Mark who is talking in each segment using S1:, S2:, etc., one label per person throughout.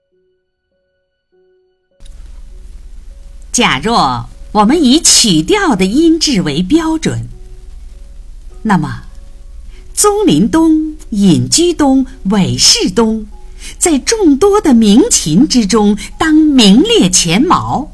S1: 假若我们以曲调的音质为标准，那么宗麟东、尹居东、韦世东在众多的名琴之中当名列前茅。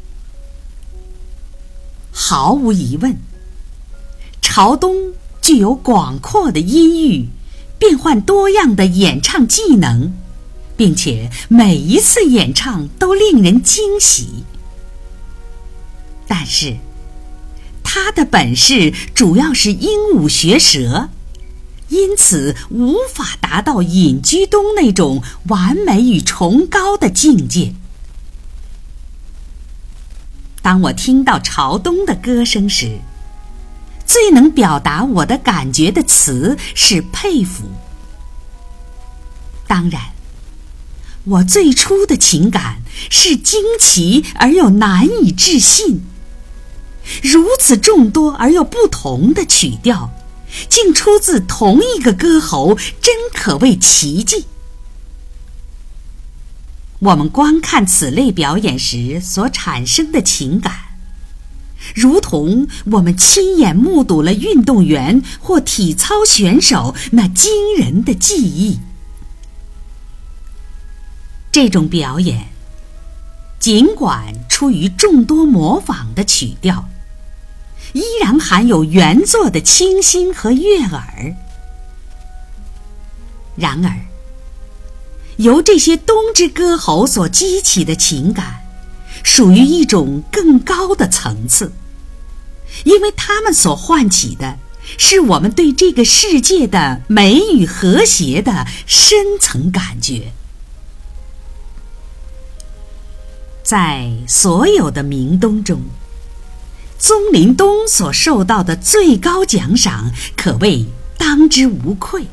S1: 毫无疑问，朝东具有广阔的音域，变换多样的演唱技能，并且每一次演唱都令人惊喜。但是他的本事主要是鹦鹉学舌，因此无法达到尹居东那种完美与崇高的境界。当我听到朝东的歌声时，最能表达我的感觉的词是佩服。当然，我最初的情感是惊奇而又难以置信。如此众多而又不同的曲调，竟出自同一个歌喉，真可谓奇迹。我们观看此类表演时所产生的情感，如同我们亲眼目睹了运动员或体操选手那惊人的技艺。这种表演尽管出于众多模仿的曲调，依然含有原作的清新和悦耳。然而，由这些东之歌喉所激起的情感，属于一种更高的层次，因为它们所唤起的是我们对这个世界的美与和谐的深层感觉。在所有的名东中，宗麟东所受到的最高奖赏可谓当之无愧。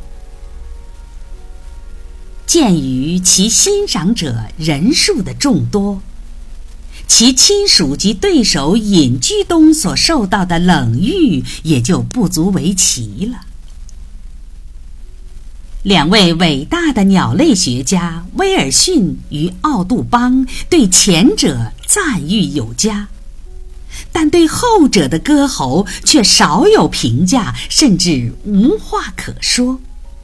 S1: 鉴于其欣赏者人数的众多，其亲属及对手尹居东所受到的冷遇也就不足为奇了。两位伟大的鸟类学家威尔逊与奥杜邦对前者赞誉有加，但对后者的歌喉却少有评价，甚至无话可说。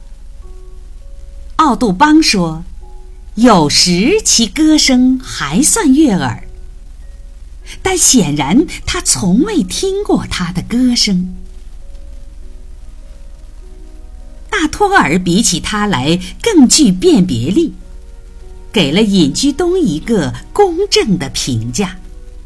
S1: 奥杜邦说，有时其歌声还算悦耳，但显然他从未听过他的歌声。大托尔比起他来更具辨别力，给了尹居东一个公正的评价。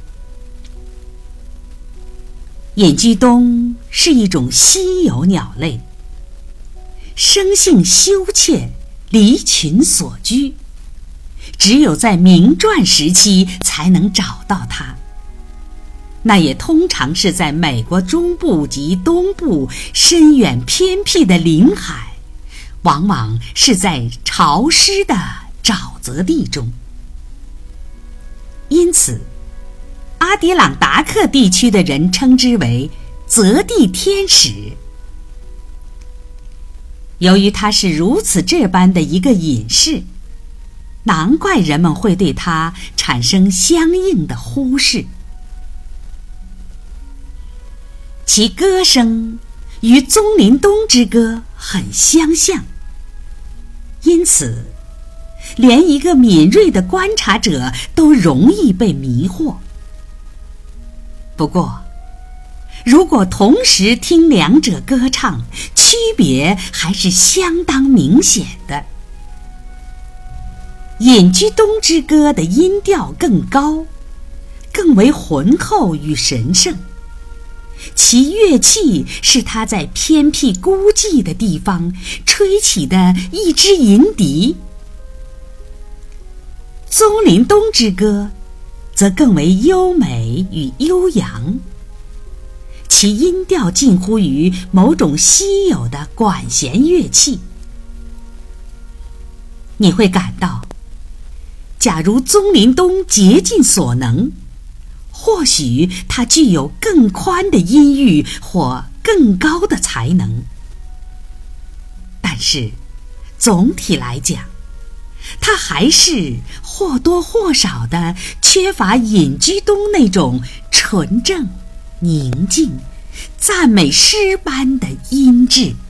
S1: 尹居东是一种稀有鸟类，生性羞怯，离群所居，只有在明传时期才能找到它。那也通常是在美国中部及东部深远偏僻的临海，往往是在潮湿的沼泽地中。因此，阿迪朗达克地区的人称之为泽地天使。由于它是如此这般的一个隐士，难怪人们会对它产生相应的忽视。其歌声与宗麟东之歌很相像，因此连一个敏锐的观察者都容易被迷惑。不过，如果同时听两者歌唱，区别还是相当明显的。尹居东之歌的音调更高，更为浑厚与神圣，其乐器是他在偏僻孤寂的地方吹起的一支银笛。宗麟东之歌则更为优美与悠扬，其音调近乎于某种稀有的管弦乐器。你会感到，假如宗麟东竭尽所能，或许他具有更宽的音域或更高的才能。但是总体来讲， 他还是或多或少的缺乏隐居东那种纯正、宁静、赞美诗般的音质。